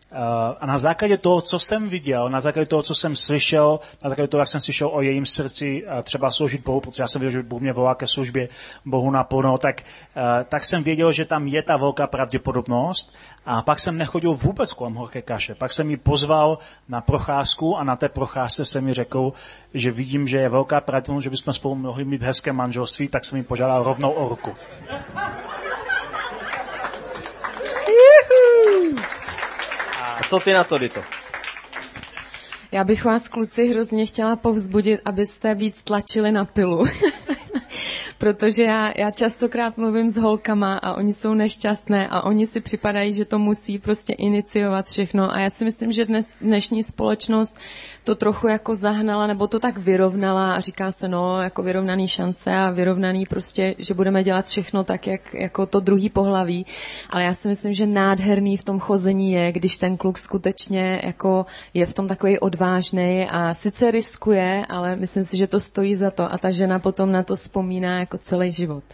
a na základě toho, co jsem viděl, na základě toho, co jsem slyšel, na základě toho, jak jsem slyšel o jejím srdci třeba sloužit Bohu, protože já jsem věděl, že Bůh mě volá ke službě Bohu naplno, tak, tak jsem věděl, že tam je ta velká pravděpodobnost. A pak jsem nechodil vůbec kolem horké kaše. Pak jsem ji pozval na procházku a na té procházce jsem mi řekl, že vidím, že je velká pravděpodobnost, že bychom spolu mohli mít hezké manželství, tak jsem ji požádal rovnou o ruku. A co ty na to, Dito? Já bych vás, kluci, hrozně chtěla povzbudit, abyste víc tlačili na pilu. Protože já, já častokrát mluvím s holkama a oni jsou nešťastné a oni si připadají, že to musí prostě iniciovat všechno. A já si myslím, že dnes, dnešní společnost to trochu jako zahnala nebo to tak vyrovnala a říká se, no, jako vyrovnaný šance a vyrovnaný prostě, že budeme dělat všechno tak, jak jako to druhý pohlaví. Ale já si myslím, že nádherný v tom chození je, když ten kluk skutečně jako je v tom takový odvážnej a sice riskuje, ale myslím si, že to stojí za to a ta žena potom na to vzpomíná jako celý život.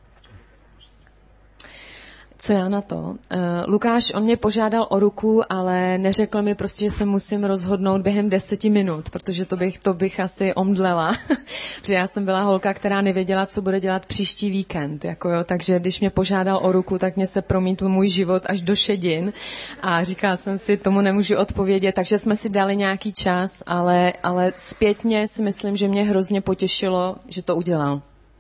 Co já na to? Uh, Lukáš, on mě požádal o ruku, ale neřekl mi prostě, že se musím rozhodnout během deseti minut, protože to bych, to bych asi omdlela. Protože já jsem byla holka, která nevěděla, co bude dělat příští víkend. Jako jo, takže když mě požádal o ruku, tak mě se promítl můj život až do šedin a říkala jsem si, tomu nemůžu odpovědět, takže jsme si dali nějaký čas, ale, ale zpětně si myslím, že mě hrozně potěšilo, že to udělal.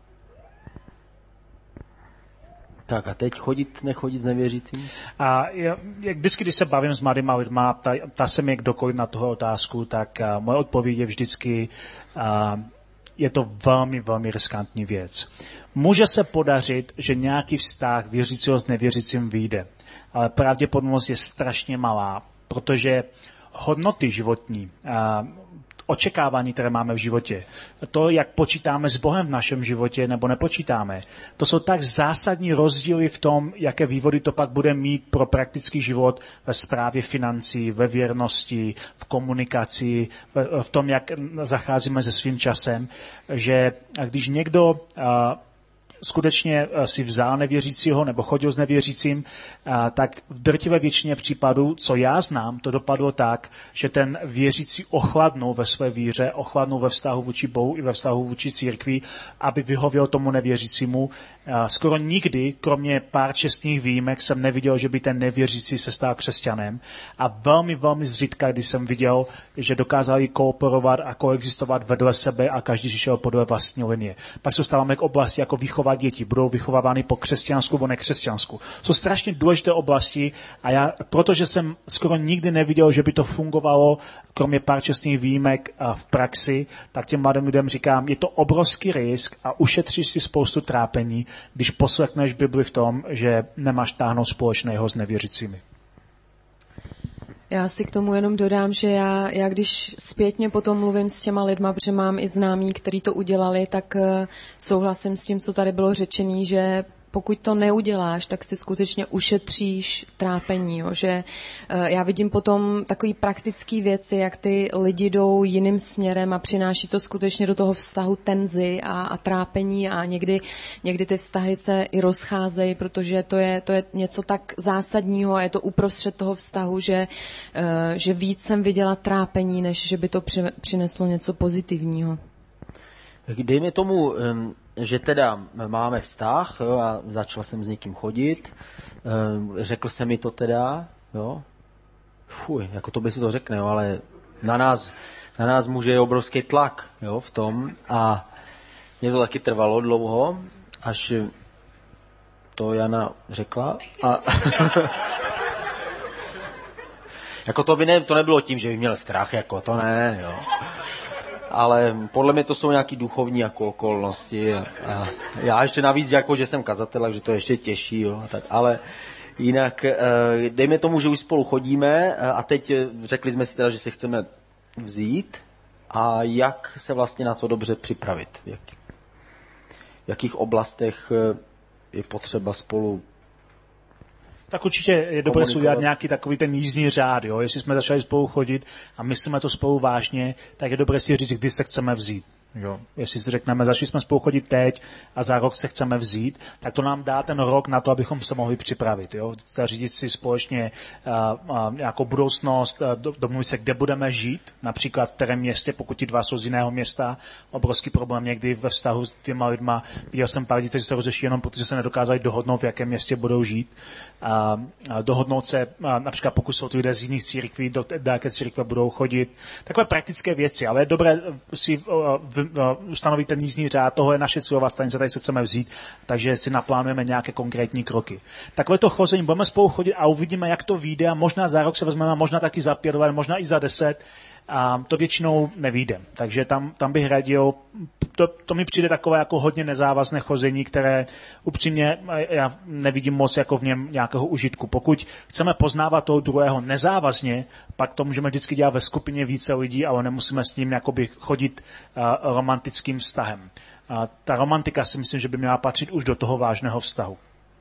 Tak a teď chodit, nechodit s nevěřícím? A já, jak vždycky, když se bavím s mladýma lidma, ta, ta se mi kdokoliv na tuhle otázku, tak a, moje odpověď je vždycky, a, je to velmi, velmi riskantní věc. Může se podařit, že nějaký vztah věřícího s nevěřícím vyjde, ale pravděpodobnost je strašně malá, protože hodnoty životní, a, očekávání, které máme v životě, to, jak počítáme s Bohem v našem životě nebo nepočítáme, to jsou tak zásadní rozdíly v tom, jaké vývody to pak bude mít pro praktický život ve správě financí, ve věrnosti, v komunikaci, v tom, jak zacházíme se svým časem, že když někdo skutečně si vzal nevěřícího nebo chodil s nevěřícím, tak v drtivé většině případů, co já znám, to dopadlo tak, že ten věřící ochladnul ve své víře, ochladnul ve vztahu vůči Bohu i ve vztahu vůči církvi, aby vyhověl tomu nevěřícímu. Skoro nikdy, kromě pár čestných výjimek, jsem neviděl, že by ten nevěřící se stal křesťanem. A velmi, velmi zřídka, když jsem viděl, že dokázali kooperovat a koexistovat vedle sebe a každý šel podle vlastní linie. Pak se dostáváme k oblasti jako vychovat děti. Budou vychovávány po křesťansku nebo nekřesťansku. Jsou strašně důležité oblasti a já, protože jsem skoro nikdy neviděl, že by to fungovalo, kromě pár čestných výjimek v praxi, tak těm mladým lidem říkám, je to obrovský risk a ušetříš si spoustu trápení, když poslechneš Bibli v tom, že nemáš táhnout společného s nevěřícími. Já si k tomu jenom dodám, že já, já když zpětně potom mluvím s těma lidma, protože mám i známí, kteří to udělali, tak uh, souhlasím s tím, co tady bylo řečený, že pokud to neuděláš, tak si skutečně ušetříš trápení. Jo? Že uh, já vidím potom takový praktický věci, jak ty lidi jdou jiným směrem a přináší to skutečně do toho vztahu tenzi a, a trápení a někdy, někdy ty vztahy se i rozcházejí, protože to je, to je něco tak zásadního a je to uprostřed toho vztahu, že, uh, že víc jsem viděla trápení, než že by to při, přineslo něco pozitivního. Dejme tomu, že teda máme vztah, jo, a začal jsem s někým chodit, řekl se mi to teda, jo, fuj, jako to by si to řekne, jo, ale na nás, na nás muže je obrovský tlak, jo, v tom a mě to taky trvalo dlouho, až to Jana řekla a jako to by ne, to nebylo tím, že by měl strach, jako to ne, jo. Ale podle mě to jsou nějaký duchovní jako okolnosti. A, a já ještě navíc, jako, že jsem kazatel, takže to je ještě těžší. Jo, tak, ale jinak, dejme tomu, že už spolu chodíme a teď řekli jsme si teda, že se chceme vzít a jak se vlastně na to dobře připravit. V, jak, v jakých oblastech je potřeba spolu. Tak určitě je dobré si udělat nějaký takový ten jízdní řád, jo. Jestli jsme začali spolu chodit a myslíme to spolu vážně, tak je dobré si říct, kdy se chceme vzít. Jo. Jestli si řekneme, začali jsme spolu chodit teď a za rok se chceme vzít, tak to nám dá ten rok na to, abychom se mohli připravit. Jo. Zařídit si společně uh, uh, nějakou budoucnost, uh, domluvit se, kde budeme žít, například v kterém městě, pokud ti dva jsou z jiného města. Obrovský problém někdy ve vztahu s těma lidma. Viděl jsem pár lidí, kteří se rozešli jenom protože se nedokázali dohodnout, v jakém městě budou žít. Uh, uh, dohodnout se, uh, například pokud jsou to lidé z jiných církví, do, do jaké církve budou chodit. Takové praktické věci, ale je dobré si uh, v, ustanovit ten jízdní řád, toho je naše cílová stanice, tady se chceme vzít, takže si naplánujeme nějaké konkrétní kroky. Takové to chození, budeme spolu chodit a uvidíme, jak to vyjde a možná za rok se vezmeme, možná taky za pět let, možná i za deset a to většinou nevyjde. Takže tam, tam bych radil, to, to mi přijde takové jako hodně nezávazné chození, které upřímně já nevidím moc jako v něm nějakého užitku. Pokud chceme poznávat toho druhého nezávazně, pak to můžeme vždycky dělat ve skupině více lidí, ale nemusíme s ním jakoby chodit uh, romantickým vztahem. Uh, ta romantika si myslím, že by měla patřit už do toho vážného vztahu.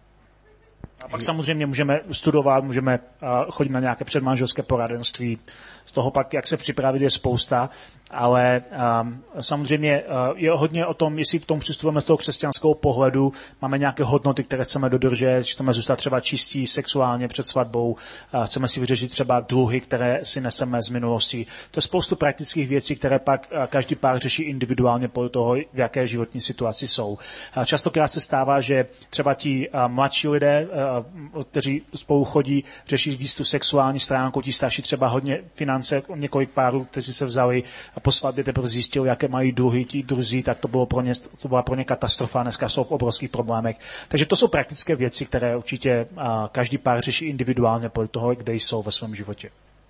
A pak samozřejmě můžeme studovat, můžeme uh, chodit na nějaké předmanželské poradenství. Z toho pak, jak se připravit, je spousta, ale um, samozřejmě uh, je hodně o tom, jestli k tomu přistupujeme z toho křesťanského pohledu, máme nějaké hodnoty, které chceme dodržet, chceme zůstat třeba čistí sexuálně před svatbou, uh, chceme si vyřešit třeba dluhy, které si neseme z minulosti. To je spoustu praktických věcí, které pak uh, každý pár řeší individuálně podle toho, v jaké životní situaci jsou. Uh, častokrát se stává, že třeba ti uh, mladší lidé, uh, kteří spolu chodí, řeší víc tu sexuální stránku, ti starší třeba hodně finance, několik párů, kteří se vzali a po svatbě teprve zjistili, jaké mají dluhy ti druzí, tak to, bylo pro ně, to byla pro ně katastrofa, dneska jsou v obrovských problémech. Takže to jsou praktické věci, které určitě a, každý pár řeší individuálně podle toho, kde jsou ve svém životě.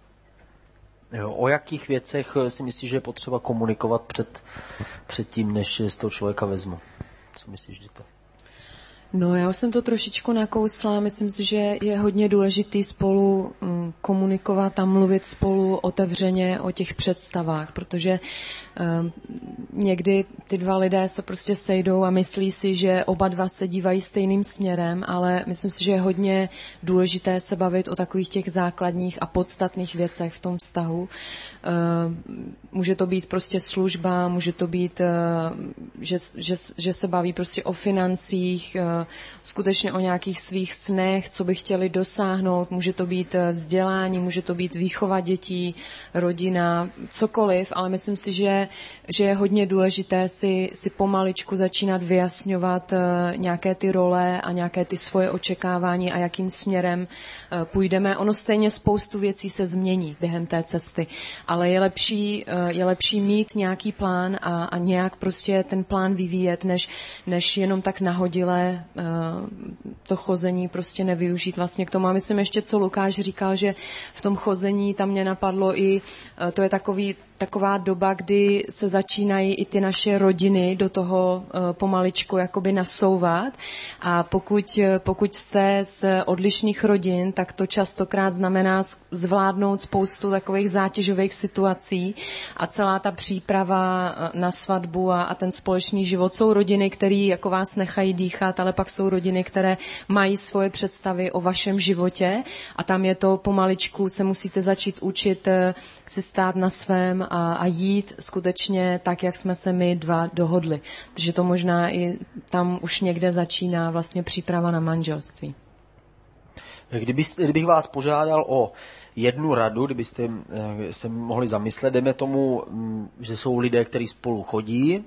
Jo, o jakých věcech si myslíš, že je potřeba komunikovat před, před tím, než z toho člověka vezmu? Co myslíš, že to? No, já už jsem to trošičku nakousla. Myslím si, že je hodně důležitý spolu um, komunikovat a mluvit spolu otevřeně o těch představách, protože um, někdy ty dva lidé se prostě sejdou a myslí si, že oba dva se dívají stejným směrem, ale myslím si, že je hodně důležité se bavit o takových těch základních a podstatných věcech v tom vztahu. Um, může to být prostě služba, může to být, uh, že, že, že se baví prostě o financích, uh, skutečně o nějakých svých snech, co by chtěli dosáhnout, může to být vzdělání, může to být výchova dětí, rodina, cokoliv, ale myslím si, že, že je hodně důležité si, si pomaličku začínat vyjasňovat nějaké ty role a nějaké ty svoje očekávání a jakým směrem půjdeme. Ono stejně spoustu věcí se změní během té cesty, ale je lepší, je lepší mít nějaký plán a, a nějak prostě ten plán vyvíjet, než, než jenom tak nahodile to chození prostě nevyužít vlastně k tomu. A myslím ještě, co Lukáš říkal, že v tom chození tam mě napadlo i, to je takový, taková doba, kdy se začínají i ty naše rodiny do toho pomaličku jakoby nasouvat. A pokud, pokud jste z odlišných rodin, tak to častokrát znamená zvládnout spoustu takových zátěžových situací a celá ta příprava na svatbu a, a ten společný život. Jsou rodiny, které jako vás nechají dýchat, ale pak jsou rodiny, které mají svoje představy o vašem životě a tam je to pomaličku, se musíte začít učit si stát na svém a, a jít skutečně tak, jak jsme se my dva dohodli. Takže to možná i tam už někde začíná vlastně příprava na manželství. Kdybyste, kdybych vás požádal o jednu radu, kdybyste se mohli zamyslet, jdeme tomu, že jsou lidé, kteří spolu chodí,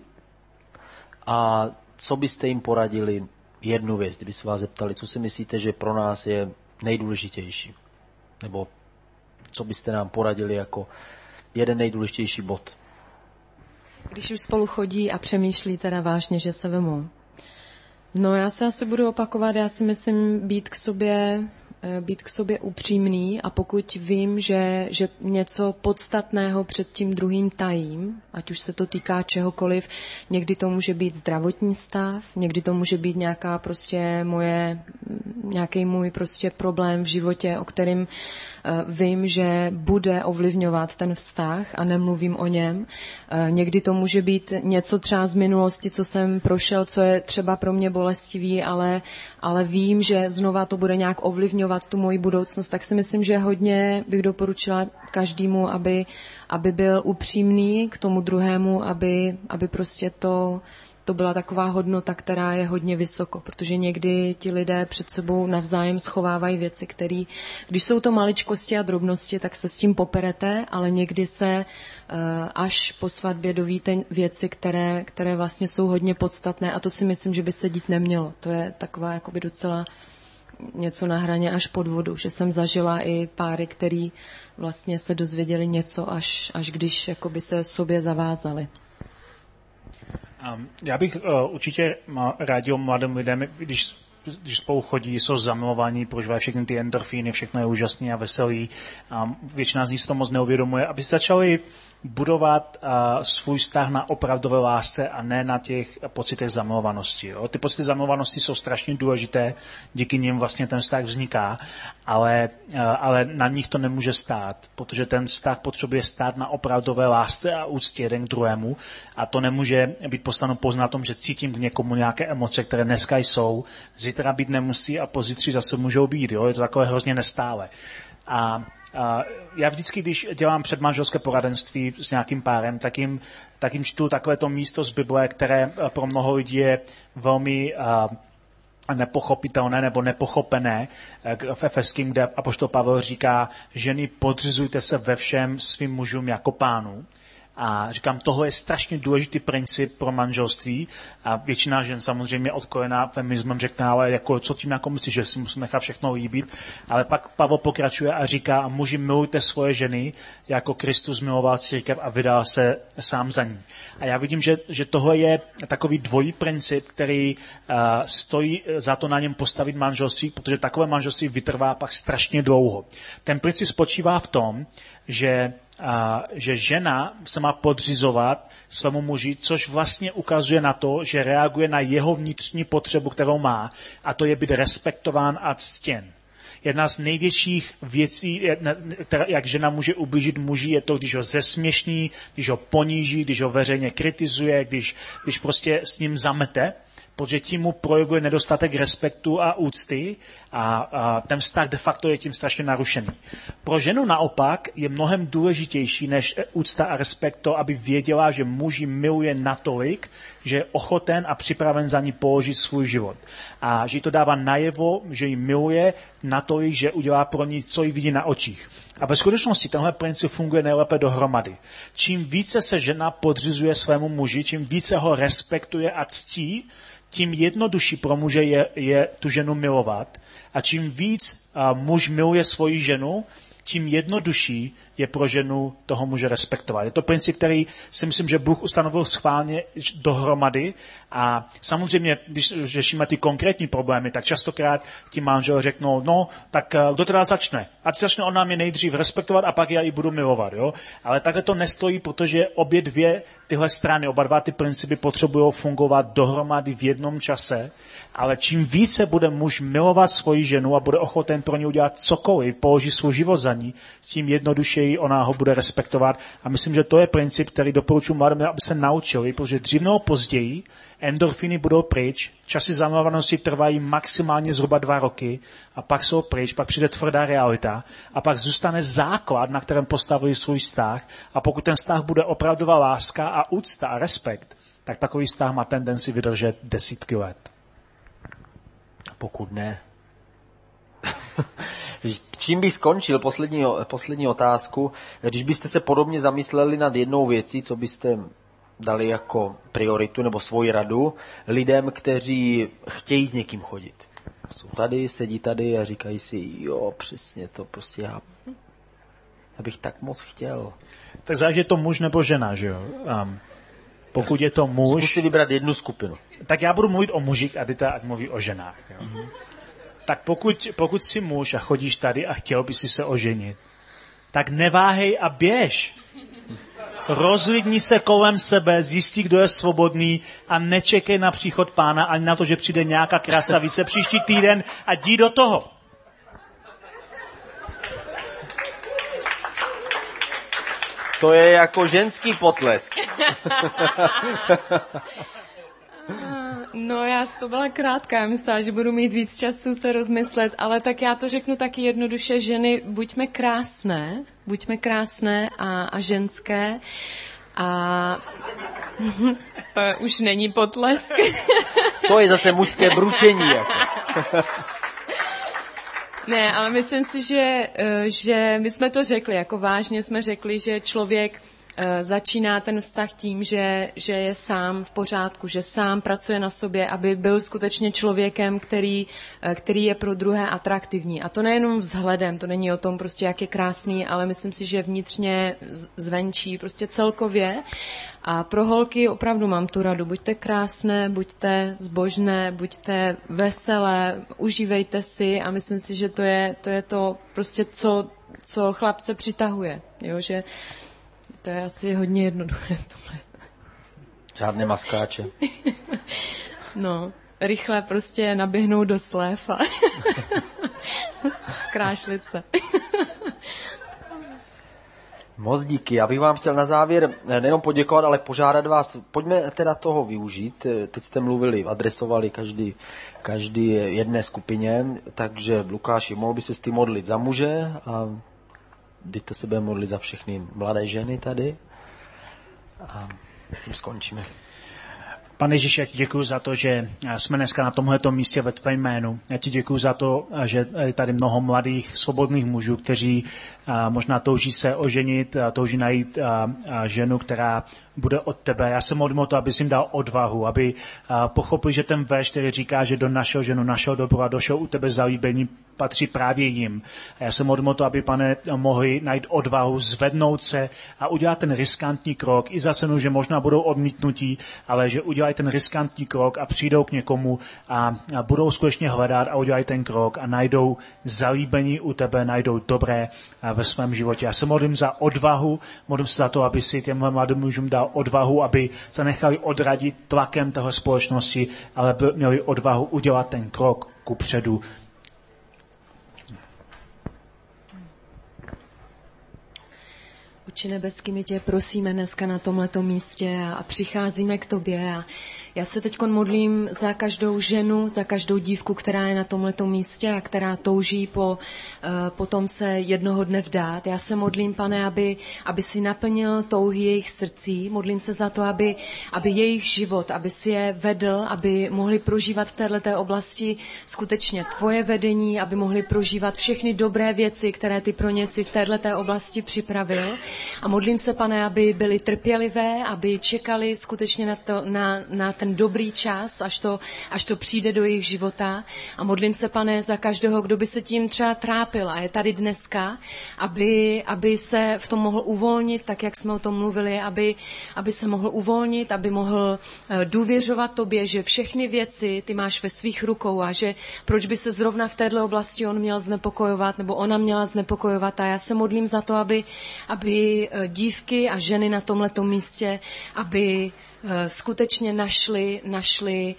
a co byste jim poradili jednu věc, kdyby se vás zeptali, co si myslíte, že pro nás je nejdůležitější? Nebo co byste nám poradili jako jeden nejdůležitější bod? Když už spolu chodí a přemýšlí teda vážně, že se vemou. No, já se asi budu opakovat, já si myslím být k sobě, být k sobě upřímný, a pokud vím, že, že něco podstatného před tím druhým tajím, ať už se to týká čehokoliv, někdy to může být zdravotní stav, někdy to může být nějaká prostě moje, nějaký můj prostě problém v životě, o kterém vím, že bude ovlivňovat ten vztah a nemluvím o něm. Někdy to může být něco třeba z minulosti, co jsem prošel, co je třeba pro mě bolestivý, ale, ale vím, že znova to bude nějak ovlivňovat tu moji budoucnost, tak si myslím, že hodně bych doporučila každému, aby, aby byl upřímný k tomu druhému, aby, aby prostě to To byla taková hodnota, která je hodně vysoko, protože někdy ti lidé před sebou navzájem schovávají věci, které, když jsou to maličkosti a drobnosti, tak se s tím poperete, ale někdy se až po svatbě dovíte věci, které, které vlastně jsou hodně podstatné, a to si myslím, že by se dít nemělo. To je taková jakoby docela něco na hraně až pod vodu, že jsem zažila i páry, který vlastně se dozvěděli něco, až, až když jakoby se sobě zavázali. Já bych uh, určitě radil mladým lidem, když, když spolu chodí, jsou zamilovaní, prožívají všechny ty endorfíny, všechno je úžasné a veselý. A většina z nich si to moc neuvědomuje, aby začali budovat uh, svůj vztah na opravdové lásce a ne na těch pocitech zamilovanosti. Jo? Ty pocity zamilovanosti jsou strašně důležité, díky nim vlastně ten vztah vzniká, ale, uh, ale na nich to nemůže stát, protože ten vztah potřebuje stát na opravdové lásce a úctě jeden k druhému, a to nemůže být postaveno pouze na tom, že cítím k někomu nějaké emoce, které dneska jsou, zítra být nemusí a pozítří zase můžou být. Jo? Je to takové hrozně nestále. A Uh, já vždycky, když dělám předmanželské poradenství s nějakým párem, tak jim, tak jim čtu takovéto místo z Bible, které pro mnoho lidí je velmi uh, nepochopitelné nebo nepochopené v Efeským, kde apoštol Pavel říká, ženy, podřizujte se ve všem svým mužům jako pánu. A říkám, tohle je strašně důležitý princip pro manželství, a většina žen samozřejmě odkojená feminismem řekne, ale jako, co tím jako myslíš, že si musím nechat všechno líbit. Ale pak Pavel pokračuje a říká, muži, milujte svoje ženy, jako Kristus miloval církev a vydal se sám za ní. A já vidím, že, že tohle je takový dvojí princip, který uh, stojí za to na něm postavit manželství, protože takové manželství vytrvá pak strašně dlouho. Ten princip spočívá v tom, že a, že žena se má podřizovat svému muži, což vlastně ukazuje na to, že reaguje na jeho vnitřní potřebu, kterou má, a to je být respektován a ctěn. Jedna z největších věcí, jak žena může ublížit muži, je to, když ho zesměšní, když ho poníží, když ho veřejně kritizuje, když, když prostě s ním zamete, protože tím mu projevuje nedostatek respektu a úcty a, a ten vztah de facto je tím strašně narušený. Pro ženu naopak je mnohem důležitější než úcta a respekt to, aby věděla, že muž ji miluje natolik, že je ochoten a připraven za ní položit svůj život. A že jí to dává najevo, že ji miluje natolik, že udělá pro ní, co jí vidí na očích. A ve skutečnosti tenhle princip funguje nejlépe dohromady. Čím více se žena podřizuje svému muži, čím více ho respektuje a ctí, tím jednodušší pro muže je, je tu ženu milovat. A čím víc a, muž miluje svoji ženu, tím jednodušší je pro ženu toho muže respektovat. Je to princip, který si myslím, že Bůh ustanovil schválně dohromady a samozřejmě, když řešíme ty konkrétní problémy, tak častokrát ti manžel řeknou, no, tak kdo teda začne? Ať začne on nám je nejdřív respektovat a pak já ji budu milovat. Jo? Ale takhle to nestojí, protože obě dvě tyhle strany, oba dva ty principy potřebují fungovat dohromady v jednom čase, ale čím více bude muž milovat svoji ženu a bude ochoten pro ní udělat cokoliv, položí svůj život za ní, tím jednodušeji ona ho bude respektovat. A myslím, že to je princip, který doporučuji mladým, aby se naučili, protože dřív nebo později endorfiny budou pryč, časy zamilovanosti trvají maximálně zhruba dva roky a pak jsou pryč, pak přijde tvrdá realita a pak zůstane základ, na kterém postavili svůj vztah a pokud ten vztah bude opravdová láska a úcta a respekt, tak takový vztah má tendenci vydržet desítky let. Pokud ne. Čím bych skončil poslední, poslední otázku, když byste se podobně zamysleli nad jednou věcí, co byste dali jako prioritu nebo svoji radu lidem, kteří chtějí s někým chodit. Jsou tady, sedí tady a říkají si, jo, přesně to prostě já, já bych tak moc chtěl. Tak záleží, je to muž nebo žena, že jo? Um, pokud je to muž... Zkus si vybrat jednu skupinu. Tak já budu mluvit o mužích a Dita ať mluví o ženách. Jo? Mm-hmm. Tak pokud, pokud jsi muž a chodíš tady a chtěl bys si se oženit, tak neváhej a běž. Rozlidni se kolem sebe, zjistí, kdo je svobodný a nečekej na příchod Pána ani na to, že přijde nějaká krasavice příští týden a jdi do toho. To je jako ženský potlesk. No, já to byla krátká, já myslela, že budu mít víc času se rozmyslet, ale tak já to řeknu taky jednoduše, ženy, buďme krásné, buďme krásné a, a ženské a to už není potlesk. To je zase mužské bručení. Jako. Ne, ale myslím si, že, že my jsme to řekli, jako vážně jsme řekli, že člověk začíná ten vztah tím, že, že je sám v pořádku, že sám pracuje na sobě, aby byl skutečně člověkem, který, který je pro druhé atraktivní. A to nejenom vzhledem, to není o tom prostě, jak je krásný, ale myslím si, že vnitřně zvenčí, prostě celkově. A pro holky opravdu mám tu radu. Buďte krásné, buďte zbožné, buďte veselé, užívejte si a myslím si, že to je to, je to prostě, co, co chlapce přitahuje. Jo, že to je asi hodně jednoduché. Tohle. Žádné maskáče. No, rychle prostě naběhnout do slev a zkrášlit se. Moc díky. Já bych vám chtěl na závěr nejenom poděkovat, ale požádat vás, pojďme teda toho využít. Teď jste mluvili, adresovali každý, každý jedné skupině, takže Lukáši, mohl by se s tím modlit za muže a Dita se bude modlit za všechny mladé ženy tady a tím skončíme. Pane Ježíši, já ti děkuji za to, že jsme dneska na tomhleto místě ve tvém jménu. Já ti děkuji za to, že je tady mnoho mladých, svobodných mužů, kteří možná touží se oženit, touží najít ženu, která bude od tebe. Já se modlím o to, aby jsi jim dal odvahu, aby pochopil, že ten verš, který říká, že do našeho ženu, našeho dobro a došel u tebe zalíbení, patří právě jim. A já se modlím o to, aby, Pane, mohli najít odvahu, zvednout se a udělat ten riskantní krok. I za cenu, že možná budou odmítnutí, ale že udělají ten riskantní krok a přijdou k někomu a, a budou skutečně hledat a udělají ten krok a najdou zalíbení u tebe, najdou dobré ve svém životě. Já se modlím za odvahu, modlím se za to, aby si těmhle mladým mužům dal odvahu, aby se nechali odradit tlakem téhle společnosti, ale měli odvahu udělat ten krok kupředu. Oče nebeský, my tě prosíme dneska na tomhletom místě a, a přicházíme k tobě a já se teď modlím za každou ženu, za každou dívku, která je na tomhletom místě a která touží po, uh, potom se jednoho dne vdát. Já se modlím, Pane, aby, aby si naplnil touhy jejich srdcí. Modlím se za to, aby, aby jejich život, aby si je vedl, aby mohli prožívat v této oblasti skutečně tvoje vedení, aby mohli prožívat všechny dobré věci, které ty pro ně si v této oblasti připravil. A modlím se, Pane, aby byli trpělivé, aby čekali skutečně na, to, na, na ten dobrý čas, až to, až to přijde do jejich života. A modlím se, Pane, za každého, kdo by se tím třeba trápil a je tady dneska, aby, aby se v tom mohl uvolnit, tak jak jsme o tom mluvili, aby, aby se mohl uvolnit, aby mohl důvěřovat tobě, že všechny věci ty máš ve svých rukou a že proč by se zrovna v této oblasti on měl znepokojovat, nebo ona měla znepokojovat. A já se modlím za to, aby, aby dívky a ženy na tomhletom místě, aby skutečně našli, našli,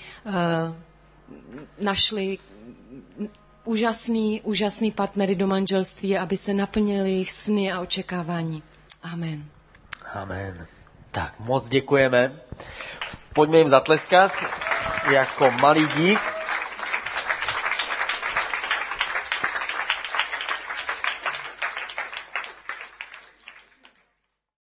našli úžasný, úžasný partnery do manželství, aby se naplnili jejich sny a očekávání. Amen. Amen. Tak, moc děkujeme. Pojďme jim zatleskat jako malý dík.